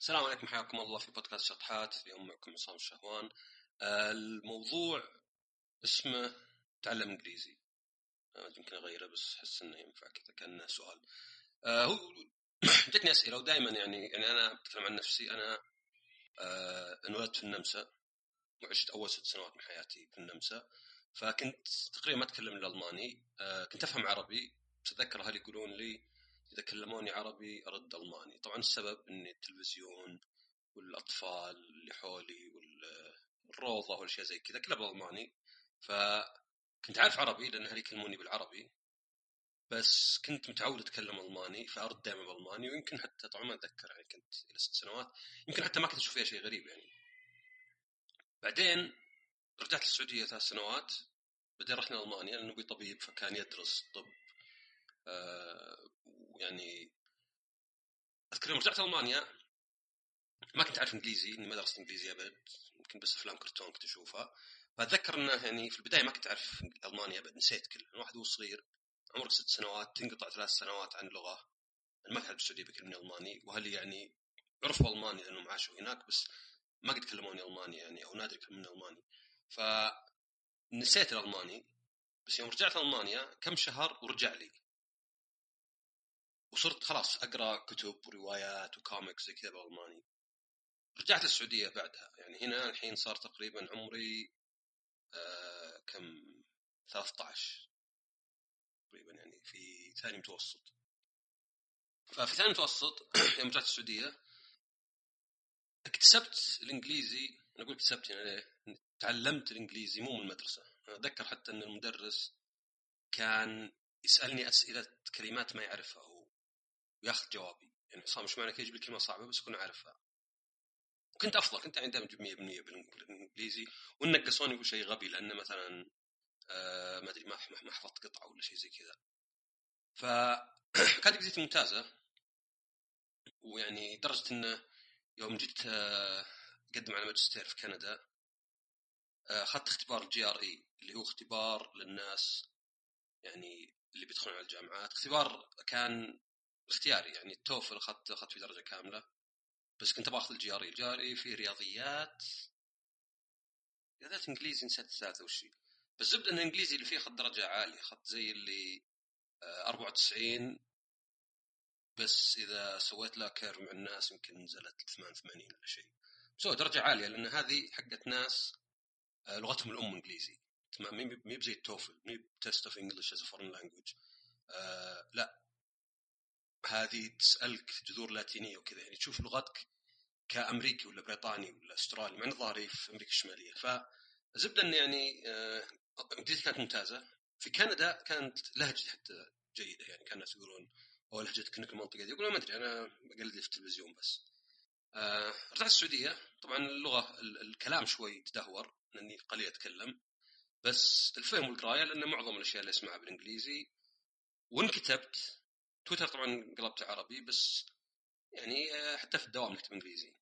السلام عليكم، حياكم الله في بودكاست شطحات. اليوم معكم عصام الشهوان. الموضوع اسمه تعلم انجليزي. يمكن اغيره بس احس انه ينفع كذا كأنه سؤال. هو جتني اسئله ودائما يعني انا بتكلم عن نفسي. انا انولدت في النمسا وعشت اول 6 سنوات من حياتي في النمسا، فكنت تقريبا ما اتكلم الا الماني. كنت افهم عربي بس اتذكر اهلي يقولون لي اذا كلموني عربي ارد الماني. طبعا السبب ان التلفزيون والأطفال اللي حولي والروضة والأشياء زي كذا كلها بالألماني، فكنت عارف عربي لأن أهلي يكلموني بالعربي، بس كنت متعود أتكلم ألماني فأرد دائما بالألماني. ويمكن حتى طبعا ما أتذكر يعني كنت إلى 6 سنوات، يمكن حتى ما كنت أشوف فيها شيء غريب يعني. بعدين رجعت السعودية 3 سنوات، بعدين رحنا ألمانيا لأنه أبوي طبيب فكان يدرس طب. يعني أذكر يوم رجعت ألمانيا ما كنت أعرف إنجليزي، إني ما درست إنجليزي أبد، يمكن بس أفلام كرتون كنت أشوفها. فأتذكر إنه يعني في البداية ما كنت أعرف ألماني أبد، نسيت كله. الواحد هو صغير عمرك 6 سنوات تنقطع 3 سنوات عن لغة. أنا ما كنت أعرف السعودية بيكلمني ألماني، وهل يعني عرفوا ألماني لأنهم عاشوا هناك بس ما قد كلموني ألماني يعني، أو نادر يكلموني ألماني. فنسيت الألماني. بس يوم رجعت ألمانيا كم شهر ورجع لي، وصرت خلاص أقرأ كتب وروايات وكوميكس زي كذا بالألماني. رجعت السعودية بعدها، يعني هنا الحين صار تقريبا عمري كم 13 تقريبا، يعني في ثاني متوسط. ففي ثاني متوسط يوم رجعت السعودية اكتسبت الإنجليزي. أنا أقول اكتسبت يعني ليه؟ تعلمت الإنجليزي مو من المدرسة. أنا أتذكر حتى أن المدرس كان يسألني أسئلة كلمات ما يعرفها هو وياخذ جوابي. يعني صار مش معنى كي يجيب لي كلمة صعبة بس أكون أعرفها. وكنت أفضل، كنت يعني دائما أجيب 100% بالإنجليزي. ونقصوني كل شيء غبي لأنه مثلا ما أدري ما حفظت قطعة ولا شيء زي كذا. فكانت إنجليزيتي ممتازة، ويعني درجة إنه يوم جيت أقدم على ماجستير في كندا أخذت اختبار الGRE اللي هو اختبار للناس يعني اللي بيدخلون على الجامعات. اختبار كان اختياري، يعني التوفل أخذت فيه درجة كاملة، بس كنت باخذ الجي ار اي في رياضيات إنجليزي، نسيت الثالثة وشي. بس زبد إن الإنجليزي اللي فيه أخذ درجة عالية، أخذت زي اللي 94، بس إذا سويت لها كيرف مع الناس يمكن نزلت 88 ولا شيء. سوى درجة عالية لأن هذه حقت ناس لغتهم الأم إنجليزي. مي بزي التوفل، مي تيست اوف انجلش از فورن لانجويج. لا، هذه تسألك جذور لاتينية وكذا، يعني تشوف لغتك كأمريكي ولا بريطاني ولا استرالي، مع ظهري في أمريكا الشمالية. فزبدة أن يعني انجليزي كانت ممتازة. في كندا كانت لهجتي حتى جيدة، يعني كانوا يقولون أو لهجتك إنك المنطقة دي، يقولون ما أدري أنا بقلد في التلفزيون بس. رجعت السعودية، طبعا اللغة الكلام شوي تدهور لأني قليل أتكلم، بس الفهم والقراية لأن معظم الأشياء اللي أسمعها بالإنجليزي. وإن كتبت تويتر طبعا قلبت عربي، بس يعني حتى في الدوام نكتب إنجليزي.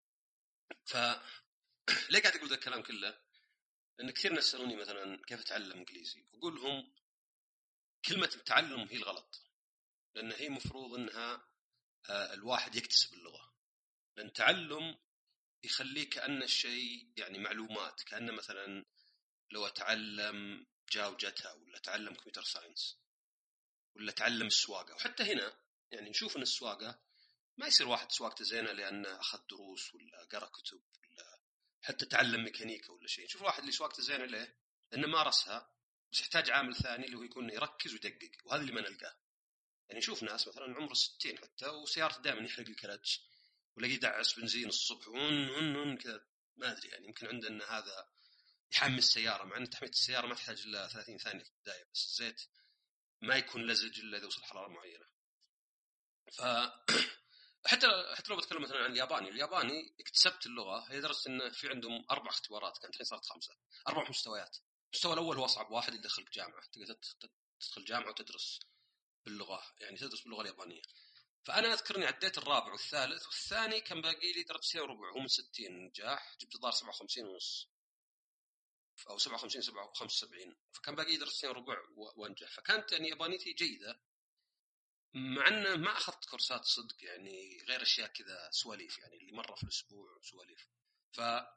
ليه قاعد أقول ذا الكلام كله؟ لأن كثير ناس يسألوني مثلا كيف أتعلم إنجليزي، أقول لهم كلمة التعلم هي الغلط، لأن هي مفروض أنها الواحد يكتسب اللغة. لأن التعلم يخليك كأن الشيء يعني معلومات، كأنه مثلا لو أتعلم جاوجتها ولا أتعلم كمبيوتر ساينس ولا أتعلم السواقة. وحتى هنا يعني نشوف أن السواقة ما يصير واحد سواقته زينة لأنه أخذ دروس ولا قرأ كتب ولا حتى تعلم ميكانيكا ولا شيء. نشوف واحد اللي سواقته زينة ليه؟ لأنه مارسها، بس يحتاج عامل ثاني اللي هو يكون يركز ويدقق، وهذا اللي ما نلقاه. يعني نشوف ناس مثلا عمره 60 حتى وسيارته دائما يحرق الكلتش ولا يدعس بنزين الصبح كذا. ما أدري يعني يمكن عندنا هذا يحمل السيارة، مع أن تحمية السيارة ما تحتاج إلا 30 ثانية في البداية، بس الزيت ما يكون لزج إلا إذا وصل حرارة معينة. ف حتى لو بتكلم مثلا عن الياباني اكتسبت اللغة هي درجة إنه في عندهم 4 اختبارات، كانت الحين صارت 5، 4 مستويات. المستوى الأول هو أصعب واحد، يدخلك جامعة، تقدر تدخل جامعة وتدرس باللغة، يعني تدرس باللغة اليابانية. فأنا أذكرني عديت الرابع والثالث، والثاني كان باقي لي درجتين وربع، هو من 60 نجاح جبت الظاهر 57 ونص أو 57 75، فكان باقي لي درجتين وربع وأنجح. فكانت يعني يابانيتي جيدة. مع أنه ما أخذت كورسات صدق يعني، غير أشياء كذا سواليف يعني اللي مرة في الأسبوع سواليف. فالقناعة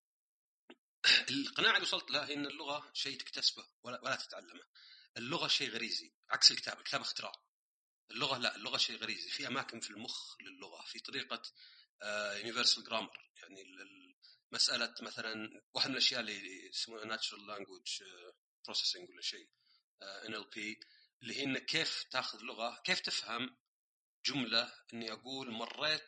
اللي وصلت لها هي أن اللغة شيء تكتسبه ولا تتعلمه. اللغة شيء غريزي، عكس الكتاب اختراع. اللغة لا، اللغة شيء غريزي، في أماكن في المخ للغة، في طريقة universal grammar. يعني مسألة مثلا واحد من الأشياء اللي يسمونها natural language processing ولا شيء NLP، اللي هي إنك كيف تأخذ لغة، كيف تفهم جملة. إني أقول مريت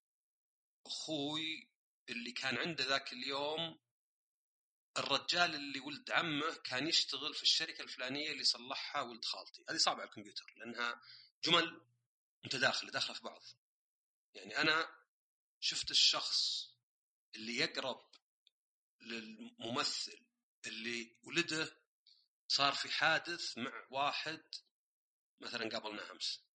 أخوي اللي كان عنده ذاك اليوم، الرجال اللي ولد عمه كان يشتغل في الشركة الفلانية اللي صلحها ولد خالتي. هذه صعبة على الكمبيوتر لأنها جمل متداخلة داخلة في بعض. يعني أنا شفت الشخص اللي يقرب للممثل اللي ولده صار في حادث مع واحد مثلا قابلناه أمس.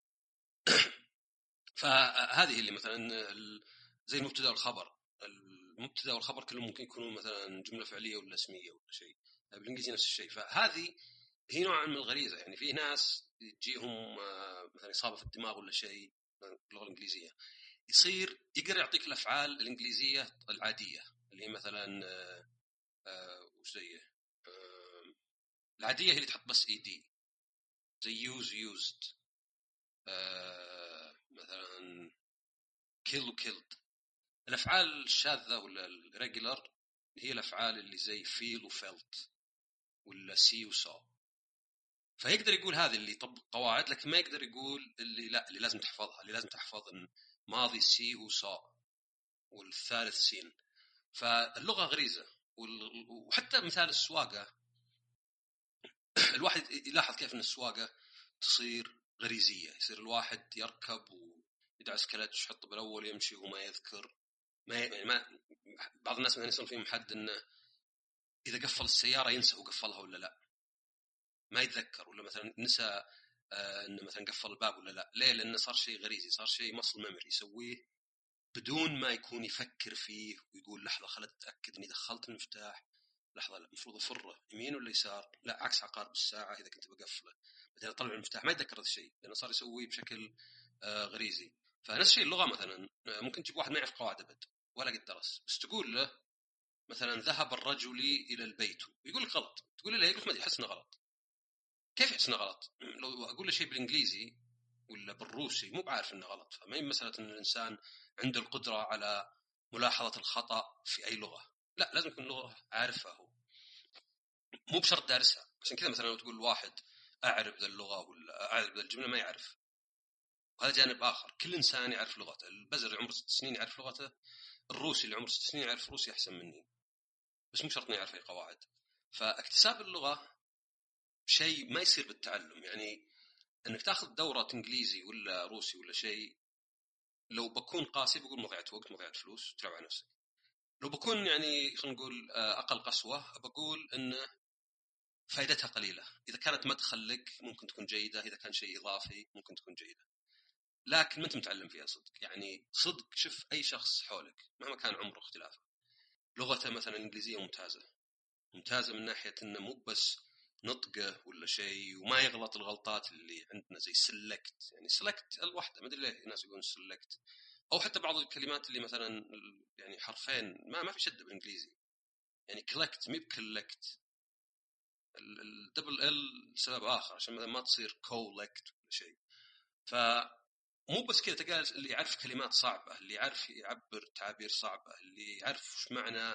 فهذه اللي مثلا زي المبتدا والخبر. المبتدا والخبر كلهم ممكن يكونوا مثلا جملة فعلية ولا اسمية ولا شيء، بالإنجليزي نفس الشيء. فهذه هي نوع من الغريزة. يعني في ناس تجيهم مثلا إصابة في الدماغ ولا شيء باللغة الإنجليزية، يصير يقدر يعطيك الأفعال الإنجليزية العادية اللي هي مثلا وش زي العادية، هي اللي تحط بس ED، زي used مثلا kill وkilled. الأفعال الشاذة ولا الريجولر هي الأفعال اللي زي feel وfelt ولا see وsaw. فيقدر يقول هذه اللي يطبق قواعد، لكن ما يقدر يقول اللي لا، اللي لازم تحفظها، اللي لازم تحفظ ماضي see وsaw والثالث سين. فاللغة غريزة. وحتى مثال السواقة، الواحد يلاحظ كيف ان السواقة تصير غريزية. يصير الواحد يركب ويدعس كلتش، يحط بالاول، يمشي وما يذكر. ما بعض الناس مثلا يصير فيهم حد انه اذا قفل السيارة ينسى هو قفلها ولا لا، ما يتذكر. ولا مثلا نسى انه مثلا قفل الباب ولا لا. ليه؟ لانه صار شيء غريزي، صار شيء مصل ميموري يسويه بدون ما يكون يفكر فيه ويقول لحظة خلت أتأكد إني دخلت المفتاح، لحظة لا المفروض أفره يمين ولا يسار، لا عكس عقارب الساعة إذا كنت بقفله، بعدين أطلع المفتاح. ما يتذكر هذا الشيء لأنه صار يسويه بشكل غريزي. فنفس الشيء اللغة مثلا، ممكن تجيب واحد ما يعرف قواعد أبد ولا قد درس، بس تقول له مثلا ذهب الرجل إلى البيت، يقول لك غلط. تقول له يقول لك ما أدري، يحس إنه غلط. كيف يحس إنه غلط؟ لو أقول له شيء بالإنجليزي ولا بالروسي مو بعارف إنه غلط. فما هي مسألة إن الإنسان عنده القدرة على ملاحظة الخطأ في أي لغة، لا، لازم يكون لغة عارفها هو، مو بشرط دارسها. عشان كذا مثلا لو تقول واحد أعرف ذا اللغة ولا أعرف ذا الجملة، ما يعرف. وهذا جانب آخر، كل إنسان يعرف لغته. البزر اللي عمره 6 سنين يعرف لغته، الروسي اللي عمره 6 سنين يعرف روسي أحسن مني، بس مو شرط إنه يعرف أي قواعد. فاكتساب اللغة شيء ما يصير بالتعلم. يعني انك تاخذ دورة انجليزي ولا روسي ولا شيء، لو بكون قاسي بقول مضيعة وقت، مضيعة فلوس، تلعب على نفسك. لو بكون يعني خلينا نقول اقل قسوة، بقول ان فائدتها قليلة. اذا كانت مدخل لك ممكن تكون جيدة، اذا كان شيء اضافي ممكن تكون جيدة، لكن ما انت متعلم فيها صدق. يعني صدق شوف اي شخص حولك مهما كان عمره اختلافه، لغته مثلا الانجليزية ممتازة من ناحية انه مو بس نطقه ولا شيء، وما يغلط الغلطات اللي عندنا زي سلكت. يعني سلكت الوحدة، ما ادري ليه الناس يقولون سلكت، او حتى بعض الكلمات اللي مثلا يعني حرفين ما في شدة بالانجليزي. يعني كولكت مي بكولكت، الدبل ال سبب اخر عشان مثلا ما تصير كولكت ولا شيء. فمو بس كذا، تلقى اللي يعرف كلمات صعبة، اللي يعرف يعبر تعابير صعبة، اللي يعرف وش معنى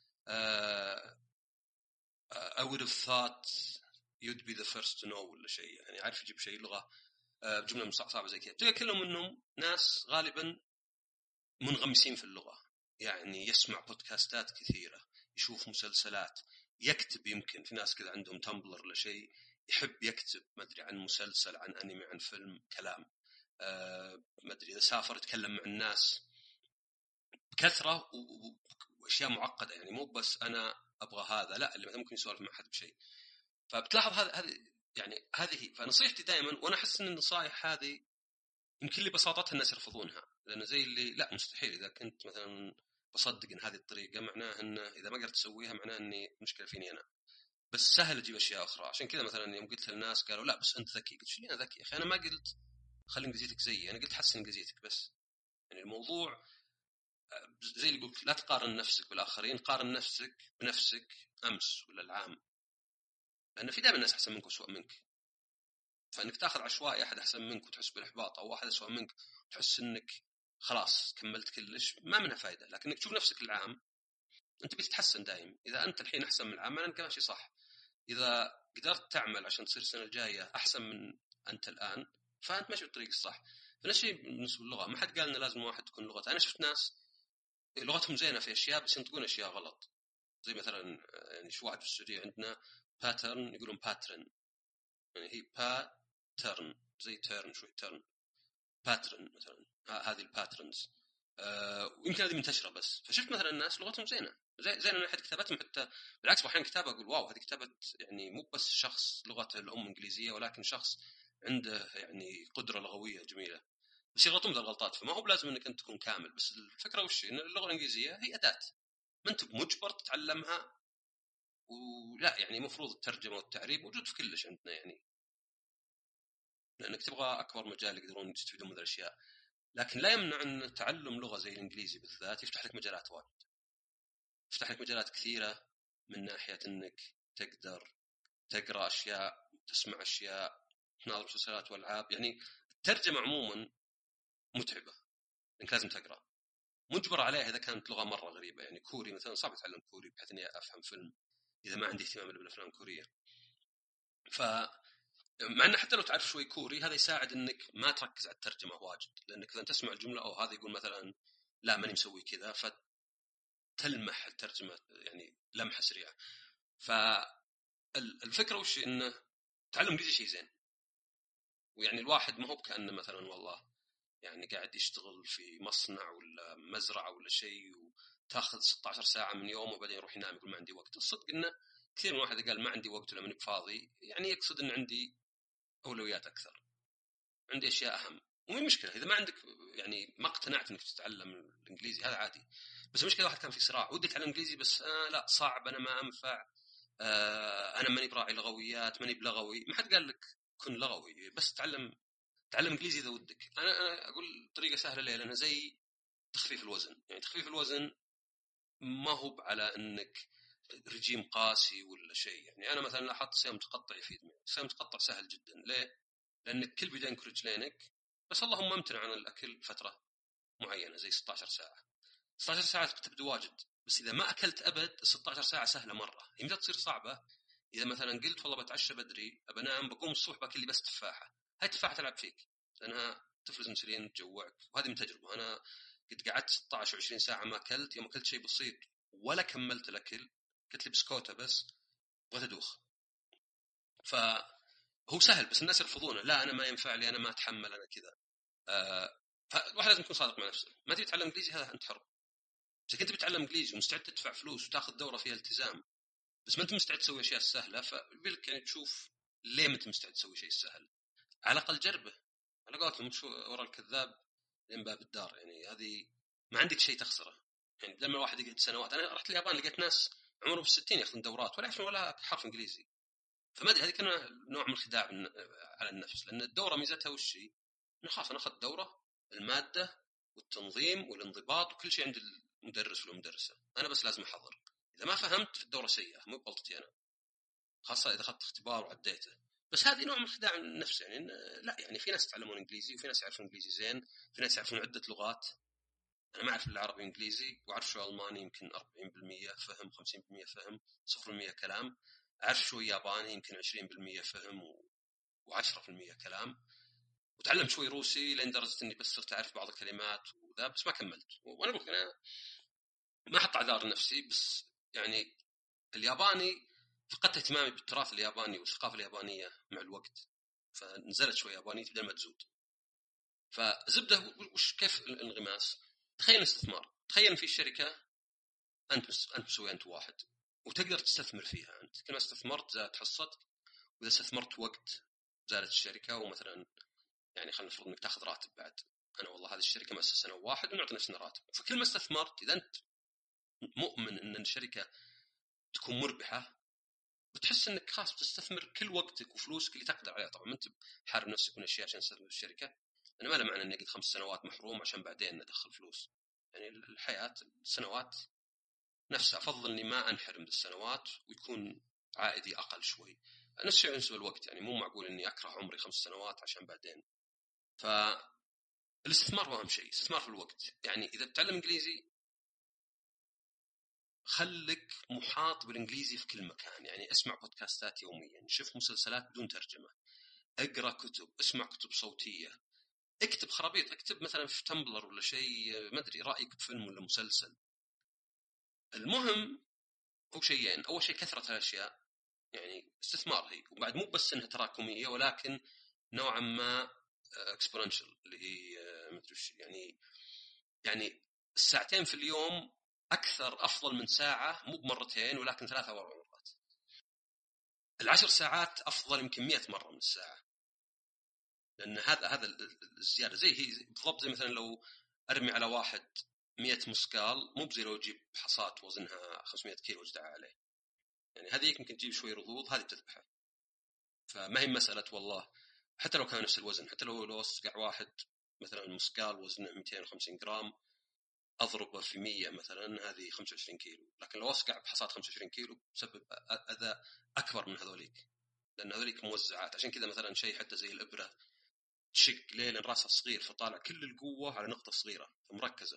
I would have thought you'd be the first to know ولا شيء. يعني عارف يجيب شيء لغة بجملة صعبة زي كذا. تلقى كلهم منهم ناس غالبا منغمسين في اللغة. يعني يسمع بودكاستات كثيرة، يشوف مسلسلات، يكتب. يمكن في ناس كذا عندهم تمبلر ولا شيء، يحب يكتب ما أدري عن مسلسل، عن أنمي، عن فيلم، كلام. ما أدري إذا سافر يتكلم مع الناس بكثرة وأشياء معقدة. يعني مو بس أنا أبغى هذا، لا، اللي ممكن يسولف مع حد بشيء. فبتلاحظ هذه يعني هذه. فنصيحتي دائما، وانا احس ان النصائح هذه يمكن لبساطتها الناس يرفضونها، لانه زي اللي لا، مستحيل اذا كنت مثلا بصدق ان هذه الطريقه معناه ان اذا ما قدرت اسويها معناه اني مشكله فيني انا. بس سهل اجيب اشياء اخرى. عشان كذا مثلا يوم قلت للناس قالوا لا بس انت ذكي، قلت شو انا ذكي يا اخي؟ انا ما قلت خلي انجليزيتك زيي. انا قلت حسن انجليزيتك بس. يعني الموضوع زي اللي قلت لا تقارن نفسك بالاخرين، قارن نفسك بنفسك امس ولا العام، لان في دائما ناس احسن منك واسوء منك. فانك تاخذ عشوائي احد احسن منك وتحس بالاحباط، او واحد اسوء منك وتحس انك خلاص كملت كلش، ما منها فائده. لكنك تشوف نفسك العام، انت بتتحسن دائم. اذا انت الحين احسن من العام انت ماشي صح. اذا قدرت تعمل عشان تصير السنه الجايه احسن من انت الان، فانت ماشي بالطريق الصح. فنفس الشيء بالنسبه للغه، ما حد قال ان لازم واحد تكون لغته. انا شفت ناس لغتهم زينه في اشياء بس ينطقون اشياء غلط. زي مثلا يعني شو واحد في السعوديه عندنا باترن يقولون باترن، يعني هي باترن زي تيرن، شوي تيرن، باترن مثلا. هذه الباترنز ويمكن هذه منتشره بس. فشفت مثلا الناس لغتهم زينه زين من ناحيه كتابتهم، حتى بالعكس احيانا كتابه اقول واو هذه كتابه، يعني مو بس شخص لغته الام انجليزيه، ولكن شخص عنده يعني قدره لغويه جميله. بس يغلطون ذا الغلطات. فما هو بلازم انك انت تكون كامل. بس الفكره وش ان اللغه الانجليزيه هي اداه، ما انت مجبر تتعلمها. ولا يعني مفروض الترجمه والتعريب موجود في كلش عندنا، يعني لانك تبغى اكبر مجال يقدرون يستفيدون من الاشياء. لكن لا يمنع ان تعلم لغه زي الانجليزي بالذات يفتح لك مجالات واجد، يفتح لك مجالات كثيره، من ناحيه انك تقدر تقرا اشياء، تسمع اشياء، تناظر مسلسلات والعاب. يعني الترجمه عموما متعبه، انك لازم تقرا، مجبر عليها اذا كانت لغه مره غريبه. يعني كوري مثلا صعب اتعلم كوري بحيث اني افهم فيلم اذا ما عندي اهتمام بالافلام الكوريه. ف مع انه حتى لو تعرف شوي كوري هذا يساعد انك ما تركز على الترجمه واجد، لانك اذا تسمع الجمله او هذا يقول مثلا لا ماني مسوي كذا، فتلمح الترجمه يعني لمحه سريعه. فالفكره وش انه تعلم انجليزي شيء زين. ويعني الواحد ما هو كانه مثلا والله يعني قاعد يشتغل في مصنع ولا مزرعه ولا شيء وتاخذ 16 ساعه من يومه وبعدين يروح ينام يقول ما عندي وقت. الصدق انه كثير من واحد قال ما عندي وقت ولا ماني فاضي، يعني يقصد ان عندي اولويات اكثر، عندي اشياء اهم. ومي مشكله اذا ما عندك، يعني ما اقتنعت انك تتعلم الانجليزي هذا عادي. بس المشكله واحد كان في صراع ودي اتعلم انجليزي بس لا صعب، انا ما انفع، انا ماني براعي لغويات، ماني بلغوي. ما حد قال لك كن لغوي، بس تعلم انجليزي اذا ودك. انا اقول طريقه سهله ليه، لانها زي تخفيف الوزن. يعني تخفيف الوزن ما هو على انك رجيم قاسي ولا شيء. يعني انا مثلا لاحظت صيام متقطع يفيدني. صيام متقطع سهل جدا. ليه؟ لانك كل بيدينك ورجلينك، بس اللهم امتنع عن الاكل فتره معينه زي 16 ساعه. 16 ساعه تبدو واجد، بس اذا ما اكلت ابد 16 ساعه سهله مره. يمكن تصير صعبه اذا مثلا قلت والله بتعشى بدري بنام بقوم الصبح باكل لي بس تفاحه. هاي التفاحه تلعب فيك لانها تفرز انسولين تجوعك. وهذه من تجربه، انا قد قعدت 16 و20 ساعه ما اكلت. يوم اكلت شيء بسيط ولا كملت الاكل، قلت لي بسكوته بس، بغيت ادوخ. فهو سهل بس الناس يرفضونه. لا انا ما ينفع لي، انا ما اتحمل، انا كذا. فالواحد لازم يكون صادق مع نفسه. ما تبي تتعلم انجليزي هذا انت حر. اذا كنت بتتعلم انجليزي ومستعد تدفع فلوس وتاخذ دوره فيها التزام بس ما انت مستعد تسوي اشياء سهله، فبالك يعني تشوف ليه ما انت مستعد تسوي شيء سهل. على الاقل جربه. على قولتهم شو ورا الكذاب لين باب الدار. يعني هذه ما عندك شيء تخسره. يعني لما الواحد يقعد سنوات، انا رحت اليابان لقيت ناس عمرهم 60 ياخذون دورات ولا يعرفون ولا حرف انجليزي. فما ادري هذه كان نوع من الخداع على النفس. لان الدوره ميزتها وش هي؟ انه خلاص انا اخذت دوره، الماده والتنظيم والانضباط وكل شيء عند المدرس والمدرسه، انا بس لازم احضر. اذا ما فهمت في الدوره سيئه، مو بغلطتي انا، خاصه اذا اخذت اختبار وعديته. بس هذه نوع من خداع النفس. يعني لا، يعني في ناس يتعلمون انجليزي وفي ناس يعرفون انجليزي زين، في ناس يعرفون عده لغات. انا ما اعرف الا عربي وانجليزي، واعرف شوي الماني يمكن 40% فهم، 50% فهم، 0% كلام. اعرف شوي ياباني يمكن 20% فهم و10% كلام. وتعلمت شوي روسي لين درجه اني بس صرت اعرف بعض الكلمات وذا، بس ما كملت. وانا بقول انا ما احط اعذار نفسي، بس يعني الياباني فقدت اهتمامي بالتراث الياباني والثقافه اليابانيه مع الوقت، فنزلت شوي ياباني بدل ما تزود. فزبده وش كيف الانغماس؟ تخيل استثمار، تخيل في شركه انت مسوي انت واحد وتقدر تستثمر فيها. انت كل ما استثمرت زادت حصتك، واذا استثمرت وقت زادت الشركه. ومثلا يعني خلينا نفرض انك تاخذ راتب بعد. انا والله هذه الشركه مؤسسه سنه واحد ونعطي نفسنا راتب. فكل ما استثمرت، اذا انت مؤمن ان الشركه تكون مربحه، بتحس انك خلاص تستثمر كل وقتك وفلوسك اللي تقدر عليها. طبعا ما انت حارب نفسك من اشياء عشان تستثمر في الشركه، أنا ما له معنى إني قد 5 سنوات محروم عشان بعدين أدخل فلوس. يعني الحياة السنوات نفسها، أفضل إني ما أنحرم بالسنوات ويكون عائدي أقل شوي. نفس الشيء بالنسبة للوقت، يعني مو معقول إني أكره عمري 5 سنوات عشان بعدين. فالاستثمار هو أهم شيء، استثمار في الوقت. يعني إذا بتتعلم إنجليزي خلك محاط بالإنجليزي في كل مكان، يعني اسمع بودكاستات يوميا، شوف مسلسلات بدون ترجمة، اقرأ كتب، اسمع كتب صوتية، اكتب خرابيط، اكتب مثلا في تمبلر ولا شيء، ما أدري رأيك بفيلم ولا مسلسل. المهم هو شيئين، أول شيء كثرة الأشياء، يعني استثمار هي، وبعد مو بس انها تراكميه ولكن نوعا ما اكسبوننشال، اللي هي ما ادري وش يعني الساعتين في اليوم اكثر افضل من ساعه، مو بمرتين ولكن 3 أو 4 مرات. 10 ساعات افضل يمكن 100 مره من الساعه، لان هذا الزياده زي هي بالضبط، زي مثلا لو ارمي على واحد 100 مسكال، مو بزي لو اجيب حصاة وزنها 500 كيلو واجدعها عليه. يعني هذه يمكن تجيب شوي رضوض، هذه بتذبحه. فما هي مسألة والله حتى لو كان نفس الوزن، حتى لو أصقع واحد مثلا مسكال وزنه 250 جرام أضربه في 100 مثلا، هذه 25 كيلو. لكن لو أصقع بحصاد 25 كيلو بسبب أذى أكبر من هذوليك، لأن هذوليك موزعات. عشان كذا مثلا شيء حتى زي الإبرة تشق ليه، لأن رأسها صغير فطالع كل القوة على نقطة صغيرة مركزة.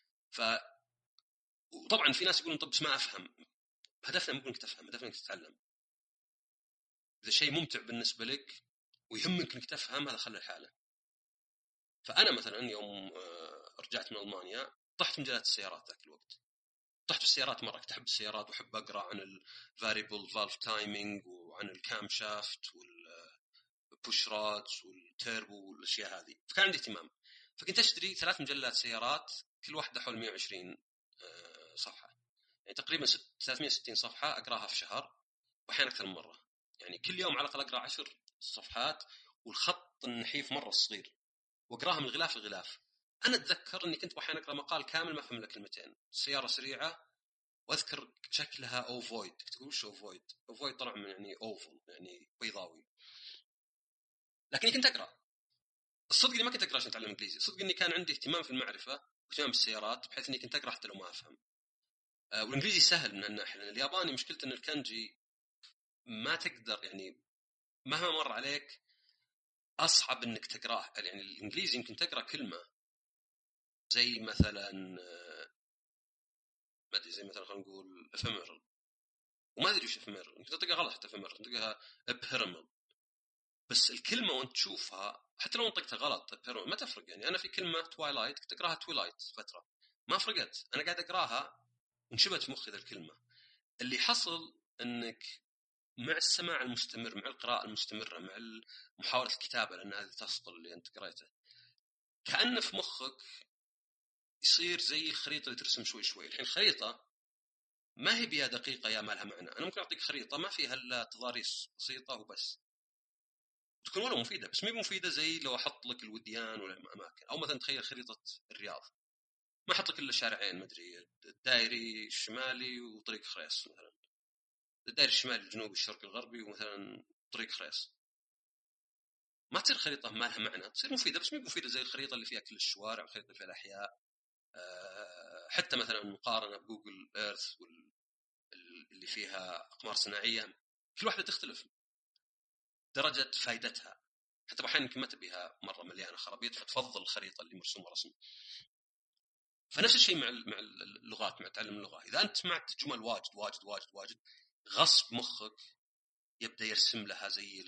وطبعا في ناس يقولون طب بس ما أفهم. هدفنا مو انك تفهم، هدفنا انك تتعلم. إذا شيء ممتع بالنسبة لك ويهمك انك تفهم، هذا خلي الحالة. فأنا مثلا يوم رجعت من ألمانيا طحت مجالات السيارات ذاك الوقت، طحت في السيارات مرة، كنت أحب السيارات وأحب أقرأ عن الفاريبل فالف تايمينج وعن الكام شافت والبوش رادز والتيربو والأشياء هذه، فكان عندي اهتمام. فكنت أشتري 3 مجلات سيارات، كل واحدة حول 120 صفحة، يعني تقريبا 360 صفحة أقرأها في شهر، وأحيانا أكثر من مرة. يعني كل يوم على الأقل أقرأ 10 صفحات، والخط النحيف مرة صغير، واقراها من الغلاف للغلاف. انا اتذكر اني كنت احيانا اقرا مقال كامل ما فهم له كلمتين، السياره سريعه، واذكر شكلها اوفويد، تقول وش اوفويد؟ اوفويد طلع من يعني اوفل، يعني بيضاوي. لكني كنت اقرا، الصدق اني ما كنت اقرا عشان اتعلم انجليزي، الصدق اني كان عندي اهتمام في المعرفه واهتمام بالسيارات، بحيث اني كنت اقرا حتى لو ما افهم. والانجليزي سهل من هالناحيه، لان الياباني مشكلته ان الكانجي ما تقدر، يعني مهما مر عليك اصعب انك تقراه. يعني الانجليزي يمكن تقرا كلمه زي مثلا ما ادري، زي مثلا خلينا نقول افيمرال، وما ادري وش افيمرال، يمكن تنطقها غلط، حتى افيمرال تنطقها ابيرمال، بس الكلمه وانت تشوفها حتى لو نطقتها غلط ابيرمال ما تفرق. يعني انا في كلمه توايلايت كنت اقراها تويلايت فتره، ما فرقت، انا قاعد اقراها وانشبت في مخي ذا الكلمه. اللي حصل انك مع السماع المستمر، مع القراءه المستمره، مع محاوله الكتابه، لان هذه تسطل اللي انت قريته، كأن في مخك يصير زي الخريطه اللي ترسم شوي شوي. الحين الخريطه ما هي بها دقيقة يا ما لها معنى، أنا ممكن أعطيك خريطة ما فيها إلا تضاريس بسيطة وبس، تكون ولا مفيدة، بس مي مفيدة زي لو أحط لك الوديان ولا الأماكن. أو مثلا تخيل خريطة الرياض، ما أحط لك إلا شارعين، ما أدري، الدائري الشمالي وطريق خريص مثلا، الدائري الشمالي الجنوبي الشرقي الغربي، ومثلا طريق خريص. ما تصير خريطة ما لها معنى، تصير مفيدة بس مي مفيدة زي الخريطة اللي فيها كل الشوارع والخريطة اللي فيها الأحياء. حتى مثلا مقارنة بجوجل إيرث اللي فيها أقمار صناعية، كل واحدة تختلف درجة فائدتها، حتى أحيانا يمكن ما تبيها مرة مليانة خرابيط فتفضل الخريطة اللي مرسومة رسم. فنفس الشيء مع اللغات، مع تعلم اللغة، إذا أنت سمعت جمل واجد واجد واجد واجد، غصب مخك يبدأ يرسم لها زي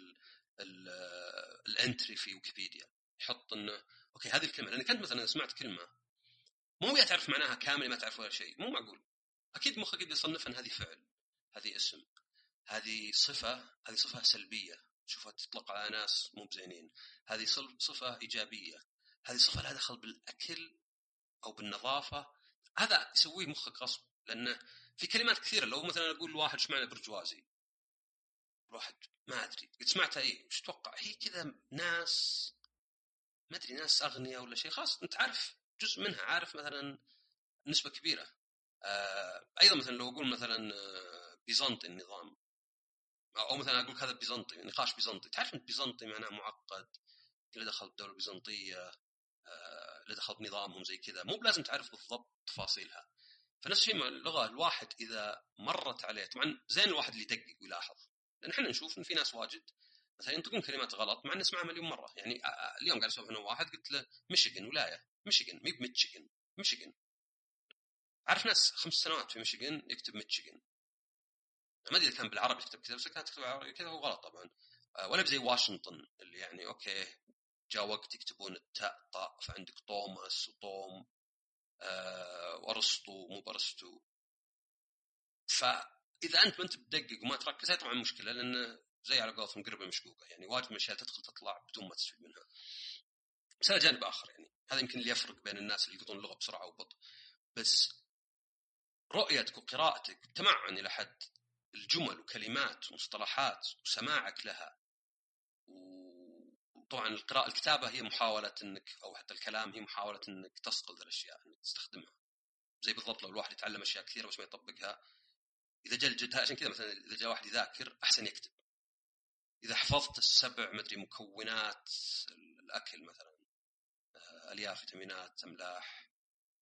الانتري في ويكيبيديا، يحط إنه أوكي هذه الكلمة، لأنك أنت مثلا سمعت كلمة مو تعرف معناها كامل، ما تعرف ولا شيء، مو معقول، أكيد مخك يبدأ يصنفها أن هذه فعل، هذه اسم، هذه صفة سلبية شوفها تطلق على ناس مو بزينين، هذه صفة إيجابية، هذه صفة لها دخل بالأكل أو بالنظافة. هذا يسويه مخك غصب، لأنه في كلمات كثيرة، لو مثلا أقول لواحد ايش معنى برجوازي، واحد ما أدري قد سمعتها إيه وش توقع، هي كذا ناس ما أدري، ناس أغنياء ولا شيء، خلاص أنت عارف جزء منها، عارف مثلا نسبة كبيرة. أيضا مثلا لو أقول مثلا بيزنطي النظام، او مثلا اقول هذا بيزنطي، نقاش بيزنطي، تعرف انت بيزنطي معناه معقد، اللي دخل الدولة البيزنطية، اللي دخل بنظامهم زي كذا، مو بلازم تعرف بالضبط تفاصيلها. فنفس الشيء مع اللغة، الواحد إذا مرت عليه، طبعا زين الواحد اللي يدقق ويلاحظ، لأن احنا نشوف إن في ناس واجد مثلا ينطقون كلمات غلط مع إن نسمعها مليون مرة. يعني اليوم قاعد أسولف أنا واحد قلت له ميشيغان ولاية، ميشيغان مي بميتشيغان، ميشيغان. عارف ناس 5 سنوات في ميشيغان يكتب ميتشيغان، ما أدري إذا كان بالعربي يكتب كذا، بس كانت تكتب بالعربي كذا هو غلط طبعا. ولا بزي واشنطن اللي يعني أوكي جاء وقت يكتبون التاء طاء، فعندك توماس وطوم، وارسطو مو بارسطو. فاذا انت ما انت بدقق وما تركز، هي طبعا مشكله، لان زي على قولتهم قربه مشقوقه، يعني واجد من الاشياء تدخل تطلع بدون ما تستفيد منها. بس هذا جانب اخر، يعني هذا يمكن اللي يفرق بين الناس اللي يقطون اللغه بسرعه وبطء. بس رؤيتك وقراءتك تمعن الى حد الجمل وكلمات ومصطلحات وسماعك لها. وطبعا القراءة الكتابة هي محاولة انك، او حتى الكلام هي محاولة انك تصقل الاشياء انك تستخدمها. زي بالضبط لو الواحد يتعلم اشياء كثيرة بس ما يطبقها، اذا جاء الجدها، عشان كذا مثلا اذا جاء واحد يذاكر احسن يكتب. اذا حفظت السبع مدري مكونات الاكل مثلا، الياف، فيتامينات، املاح،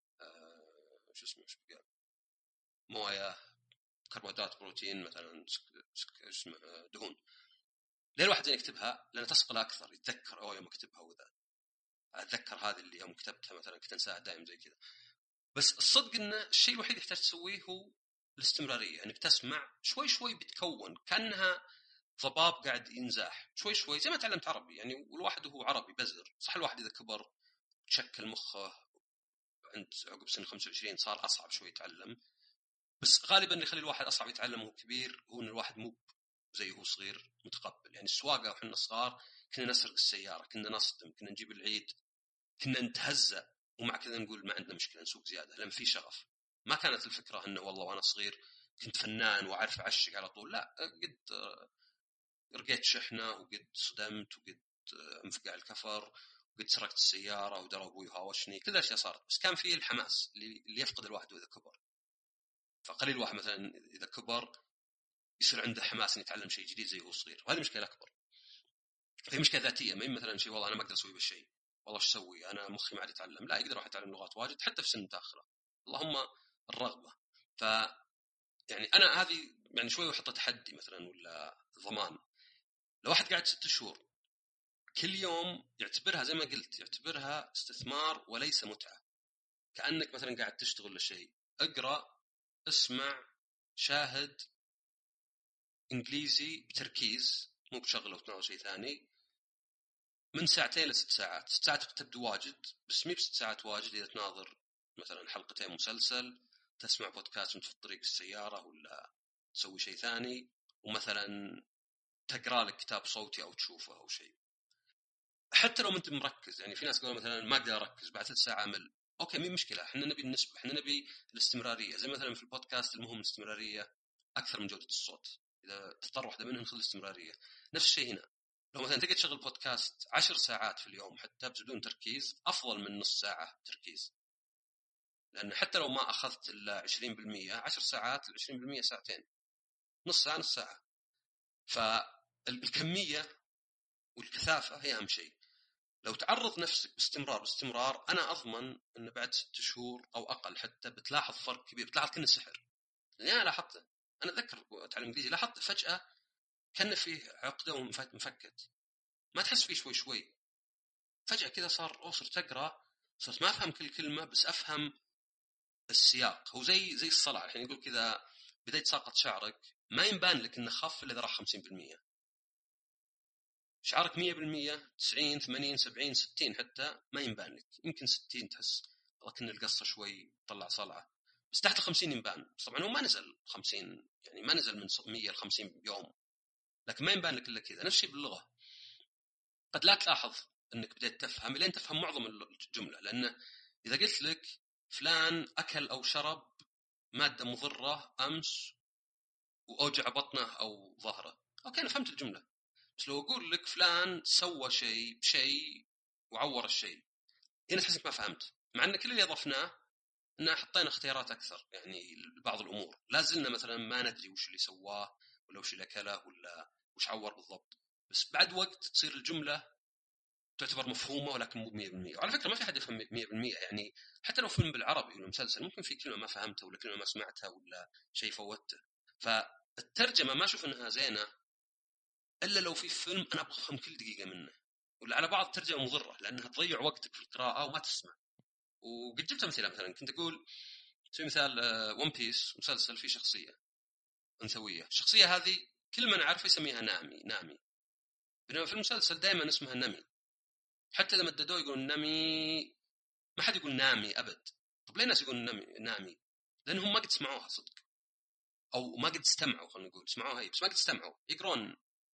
شو اسمه مويه، كربوهيدرات، بروتين مثلا، اسمه دهون، ليه الواحد زين يكتبها؟ لأنه تسقل أكثر، يتذكر يوم أكتبها، وذا أتذكر هذه اللي يوم كتبتها مثلا كنت أنساها دائما زي كذا. بس الصدق إن الشيء الوحيد اللي يحتاج تسويه هو الاستمرارية، إنك تسمع شوي شوي بتكون كأنها ضباب قاعد ينزاح شوي شوي، زي ما تعلمت عربي يعني. والواحد وهو عربي بزر، صح الواحد إذا كبر تشكل مخه عند عقب سن 25 صار أصعب شوي يتعلم، بس غالبا اللي يخلي الواحد أصعب يتعلم وهو كبير هو إن الواحد مو زي هو صغير متقبل. يعني السواقة وحنا صغار كنا نسرق السيارة، كنا نصدم، كنا نجيب العيد، كنا نتهزأ، ومع كذا نقول ما عندنا مشكلة نسوق زيادة لأن في شغف. ما كانت الفكرة إنه والله وأنا صغير كنت فنان وعارف أعشق على طول، لا، قد رقيت شحنة وقد صدمت وقد انفقع الكفر وقد سرقت السيارة ودرى أبوي وهاوشني، كل الأشياء صارت. بس كان فيه الحماس اللي يفقد الواحد إذا كبر. فقليل واحد مثلا إذا كبر يصير عنده حماس إنه يتعلم شيء جديد زي هو صغير، وهذه مشكلة أكبر. في مشكلة ذاتية، ما مثلا شيء والله أنا ما أقدر أسوي بالشيء، والله إيش أسوي أنا مخي ما عاد يتعلم، لا، يقدر واحد يتعلم لغات واجد حتى في سن متأخرة، اللهم الرغبة. ف يعني أنا هذه يعني شوي وحطة تحدي مثلا ولا ضمان. لو واحد قاعد 6 شهور كل يوم يعتبرها زي ما قلت، يعتبرها استثمار وليس متعة، كأنك مثلا قاعد تشتغل لشيء، اقرأ، اسمع، شاهد إنجليزي بتركيز، مو بشغله وتناول شيء ثاني، من 2 ل6 ساعات. 6 ساعات تبدو واجد، بس مي ب6 ساعات واجد إذا تناظر مثلا حلقتين مسلسل، تسمع بودكاست وانت في الطريق السيارة، ولا تسوي شيء ثاني، ومثلا تقرأ لك كتاب صوتي أو تشوفه أو شيء. حتى لو انت مركز، يعني في ناس قالوا مثلا ما اقدر اركز بعد 3 ساعات امل، اوكي مي مشكله، احنا نبي النسبه، احنا نبي الاستمراريه. زي مثلا في البودكاست المهم الاستمراريه اكثر من جوده الصوت، اذا تختار واحده منهم خذ الاستمراريه. نفس الشيء هنا، لو مثلا تقدر تشغل بودكاست 10 ساعات في اليوم حتى بدون تركيز افضل من نص ساعه تركيز، لان حتى لو ما اخذت الا 20%، 10 ساعات ال 20% ساعتين، نص ساعه نص ساعه. فالكميه والكثافه هي اهم شيء. لو تعرض نفسك باستمرار أنا أضمن أن بعد 6 شهور أو أقل حتى بتلاحظ فرق كبير، بتلاحظ كأنه سحر. يعني أنا لاحظته، أنا أتذكر أتعلم إنجليزي لاحظت فجأة كأنه فيه عقدة ومفكت، ما تحس فيه شوي شوي، فجأة كذا صار صرت أقرأ، صرت ما أفهم كل كلمة بس أفهم السياق. هو زي الصلع الحين يقول كذا، بداية ساقط شعرك ما ينبان لك إنه خف إلا إذا راح 50%، شعرك 100%، 90 80 70 60 حتى ما ينبان لك، يمكن 60 تحس لكن القصة شوي طلع صلعة، بس تحت 50 ينبان. بس طبعا هو ما نزل 50، يعني ما نزل من 100 ل 50 يوم، لكن ما ينبان لك الا كذا. نفس الشيء باللغة، قد لا تلاحظ انك بديت تفهم لين تفهم معظم الجملة، لأن إذا قلت لك فلان أكل أو شرب مادة مضرة أمس وأوجع بطنه أو ظهره، أوكي أنا فهمت الجملة. بس لو أقول لك فلان سوى شيء بشيء وعور الشيء، هنا تحس إنك ما فهمت، مع أن كل اللي أضفناه إن حطينا اختيارات أكثر يعني لبعض الأمور، لا زلنا مثلا ما ندري وش اللي سواه ولا وش اللي أكله ولا وش عور بالضبط. بس بعد وقت تصير الجملة تعتبر مفهومة ولكن مو 100%. وعلى فكرة ما في حد يفهم 100%، يعني حتى لو فيلم بالعربي ولا مسلسل ممكن في كلمة ما فهمتها ولا كلمة ما سمعتها ولا شيء فوتته. فالترجمة ما أشوف أنها زينة إلا لو في فيلم أنا أبغى أفهم كل دقيقة منه، ولا على بعض الترجمة مضرة لأنها تضيع وقتك في القراءة وما تسمع. وقد جبت أمثلة، مثلا كنت أقول في مثال ون بيس مسلسل فيه شخصية أنثوية، الشخصية هذه كل من عارف يسميها نامي، بينما في المسلسل دائما اسمها نمي. حتى إذا مددوه يقولون نمي، ما حد يقول نامي أبد. طب ليه الناس يقولون نامي؟ لأنهم ما قد سمعوها صدق، أو ما قد استمعوا، خلينا نقول سمعوها هي بس ما قد استمعوا. يقرون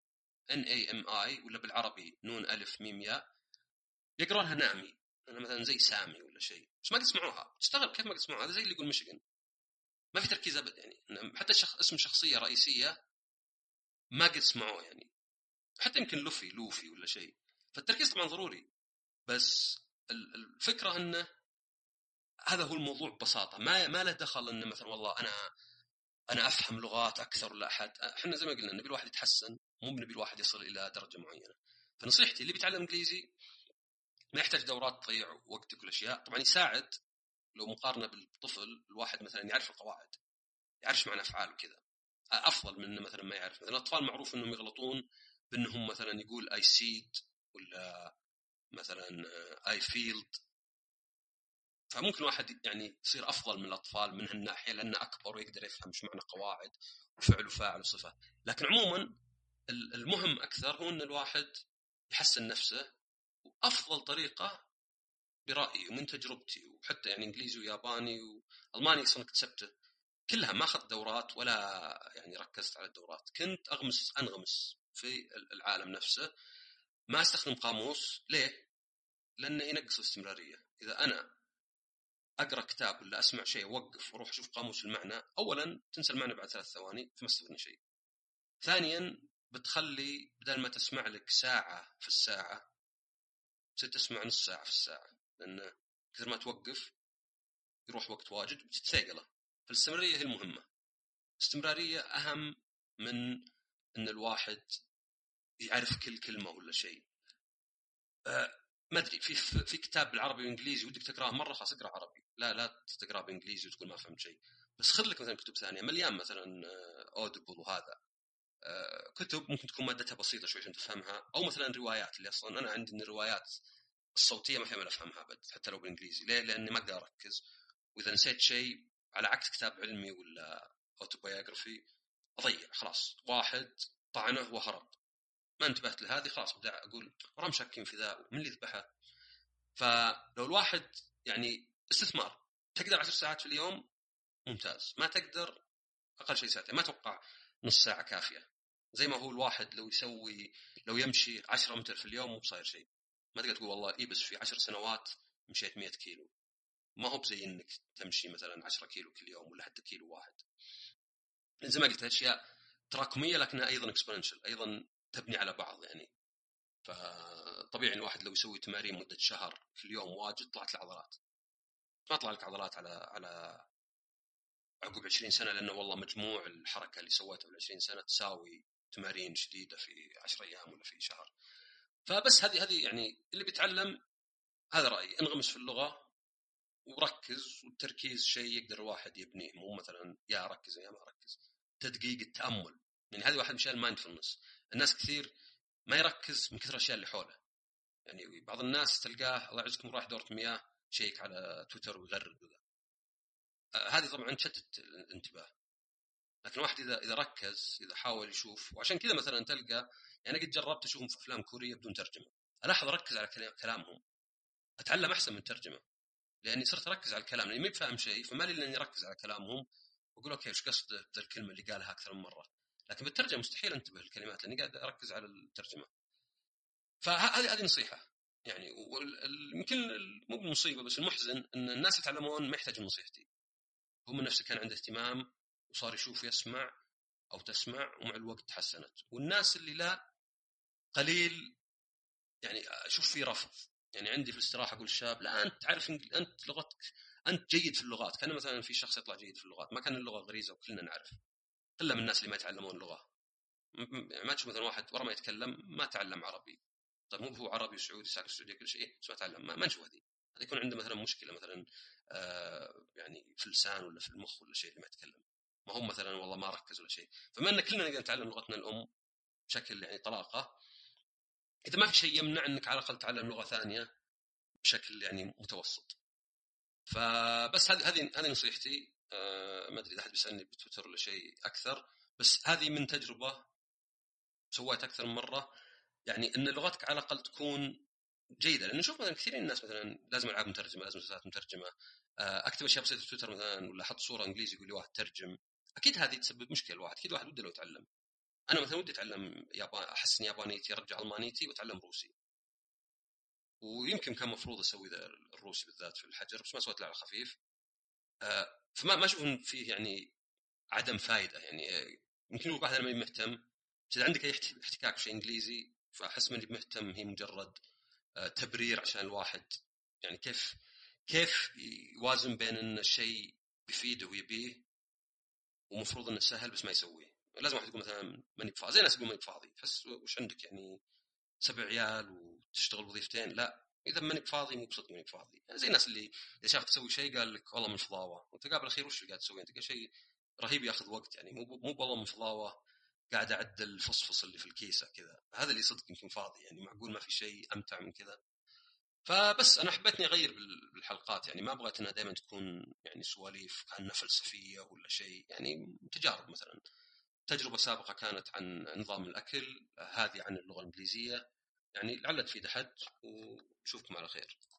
NAMI ولا بالعربي نون ألف ميم ياء، يقرونها نامي، أنا مثلا زي سامي ولا شيء، بس ما قد سمعوها. تستغرب كيف ما قد سمعوها. هذا زي اللي يقول ميشيغان، ما في تركيز أبد. يعني حتى اسم شخصية رئيسية ما قد سمعوه، يعني حتى يمكن لوفي ولا شيء. فالتركيز طبعا ضروري، بس الفكرة أنه هذا هو الموضوع ببساطة. ما له دخل أنه مثلا والله أنا أفهم لغات أكثر ولا أحد. إحنا زي ما قلنا نبي الواحد يتحسن، مو نبي الواحد يصل إلى درجة معينة. فنصيحتي اللي بيتعلم إنجليزي ما يحتاج دورات تضيع وقتك والأشياء. طبعا يساعد لو مقارنة بالطفل، الواحد مثلا يعرف القواعد، يعرف معنى أفعال وكذا، أفضل من إنه مثلا ما يعرف. مثلا الأطفال معروف إنهم يغلطون بأنهم مثلا يقول I see it ولا مثلا I feel. فممكن واحد يعني يصير أفضل من الأطفال من هالناحية لأنه أكبر ويقدر يفهم شو معنى قواعد وفعل وفاعل وصفة. لكن عموما المهم أكثر هو أن الواحد يحسن نفسه. وأفضل طريقة برأيي ومن تجربتي، وحتى يعني إنجليزي وياباني وألماني صنع كتسبته كلها ما أخذت دورات ولا يعني ركزت على الدورات، كنت أنغمس في العالم نفسه. ما استخدم قاموس. ليه؟ لأنه ينقص الاستمرارية. إذا أنا أقرأ كتاب ولا أسمع شيء وقف وروح أشوف قاموس المعنى، أولا تنسى المعنى بعد 3 ثواني فما استفدنا شيء. ثانيا بتخلي بدل ما تسمع لك ساعة في الساعة تصير تسمع نص ساعة في الساعة، لأن كثر ما توقف يروح وقت واجد وتتثقله. فالاستمرارية هي المهمة. الاستمرارية أهم من أن الواحد يعرف كل كلمة ولا شيء. ما أدري في كتاب بالعربي والإنجليزي ودك تقرأه مرة خلاص اقرأ عربي، لا تقرأ بإنجليزي وتقول ما فهمت شيء. بس خذ لك مثلا كتب ثانية مليان، مثلا أودبل وهذا كتب ممكن تكون مادتها بسيطة شوي عشان تفهمها، أو مثلا روايات اللي أصلا أنا عندي الروايات الصوتية ما في أمل أفهمها أبد حتى لو بالإنجليزي. ليه؟ لأني ما أقدر أركز، وإذا نسيت شيء على عكس كتاب علمي ولا أوتوبيوغرافي أضيع. خلاص واحد طعنه وهرب ما انتبهت لهذه، خلاص بدأ أقول ورا مشاكين في ذا من اللي ذبحه. فلو الواحد يعني استثمار، تقدر 10 ساعات في اليوم ممتاز، ما تقدر أقل شيء ساعتين. ما أتوقع نص ساعة كافية. زي ما هو الواحد لو يمشي 10 متر في اليوم مو بصاير شيء. ما تقدر تقول والله بس في 10 سنوات مشيت 100 كيلو. ما هو بزي إنك تمشي مثلا 10 كيلو كل يوم ولا حتى كيلو واحد. زي ما قلت أشياء تراكمية لكنها أيضا exponential، أيضا تبني على بعض يعني. فطبيعي الواحد لو يسوي تمارين مدة شهر في اليوم واجد طلعت له عضلات. ما طلع لك عضلات على عقب 20 سنة، لأنه والله مجموع الحركة اللي سويتها في 20 سنة تساوي تمارين شديدة في 10 أيام ولا في شهر. فبس هذه يعني اللي بيتعلم، هذا رأيي، انغمس في اللغة وركز. والتركيز شيء يقدر الواحد يبنيه، مو مثلا يا أركز يا ما أركز. تدقيق، التأمل، يعني هذه واحد من أشياء المايندفولنس. الناس كثير ما يركز من كثر الأشياء اللي حوله. يعني بعض الناس تلقاه الله يعزكم راح دورة مياه شيك على تويتر ويغرد وذا. هذه طبعا تشتت الانتباه. لكن واحد إذا ركز، إذا حاول يشوف. وعشان كذا مثلا تلقى يعني قد جربت أشوفهم في أفلام كورية بدون ترجمة، ألاحظ أركز على كلامهم، أتعلم أحسن من الترجمة، لأني صرت أركز على الكلام، لأني ما بفهم شيء فما لي إني أركز على كلامهم وأقول أوكي إيش قصده الكلمة اللي قالها أكثر من مرة. لكن بالترجمة مستحيل أنتبه الكلمات لأني قاعد أركز على الترجمة. فهذه نصيحة يعني. يمكن مو بمصيبة بس المحزن أن الناس يتعلمون ما يحتاجون نصيحتي، هم نفسه كان عنده اهتمام وصار يشوف يسمع أو تسمع ومع الوقت تحسنت. والناس اللي لا قليل يعني أشوف فيه رفض. يعني عندي في الاستراحة أقول الشاب لا أنت تعرف أنت لغتك، أنت جيد في اللغات. كان مثلا في شخص يطلع جيد في اللغات، ما كان اللغة غريزة وكلنا نعرف. إلا من الناس اللي ما يتعلمون اللغة. ما تشوف مثلا واحد ورا ما يتكلم ما تعلم عربي، طيب مو هو عربي وسعودي ساكن في السعوديه كل شيء بس ما تعلم، ما نشوف هذه يكون عنده مثلا مشكله مثلا يعني في اللسان ولا في المخ ولا شيء اللي ما يتكلم، ما هم مثلا والله ما ركز ولا شيء. فما ان كلنا نقدر نتعلم لغتنا الام بشكل يعني طلاقه، اذا ما في شيء يمنع انك على الاقل تتعلم لغه ثانيه بشكل يعني متوسط. فبس هذه نصيحتي. ما ادري اذا احد بيسالني بتويتر ولا شيء اكثر، بس هذه من تجربه سويت اكثر من مره، يعني ان لغتك على الاقل تكون جيده. لان نشوف مثلا كثير من الناس مثلا لازم العاب مترجمه، لازم مسلسلات مترجمه، اكتب اشياء بسيطه في تويتر مثلا ولا احط صوره انجليزي يقول لي واحد ترجم. اكيد هذه تسبب مشكله الواحد، اكيد واحد وده لو يتعلم. انا مثلا ودي اتعلم احسن يابانيتي، ارجع المانيتي واتعلم روسي، ويمكن كان مفروض اسوي ذا الروسي بالذات في الحجر بس ما سويت له على خفيف. فما اشوف ان فيه يعني عدم فائده يعني. يمكن الواحد ما مهتم، بس اذا عندك اي احتكاك بشيء انجليزي فاحس ماني مهتم، هي مجرد تبرير عشان الواحد يعني كيف يوازن بين ان الشيء بيفيده ويبيه ومفروض انه سهل بس ما يسويه. لازم واحد يقول مثلا ماني بفاضي، زي الناس يقول ماني بفاضي، تحس وش عندك يعني 7 عيال وتشتغل وظيفتين؟ لا، اذا ماني بفاضي مو بصدق ماني بفاضي. يعني زي الناس اللي اذا شافك تسوي شيء قال لك والله من فضاوه، وانت قابل الاخير وش اللي قاعد تسوي؟ انت قاعد شيء رهيب ياخذ وقت، يعني مو والله من فضاوه قاعد اعدل الفصفص اللي في الكيسه كذا. هذا اللي صدق يمكن فاضي، يعني معقول ما في شيء امتع من كذا. فبس انا حبيت اني اغير بالحلقات، يعني ما بغيت انها دائما تكون يعني سواليف كانها فلسفيه ولا شيء، يعني تجارب. مثلا تجربه سابقه كانت عن نظام الاكل، هذه عن اللغه الانجليزيه، يعني لعل تفيد احد، ونشوفكم على خير.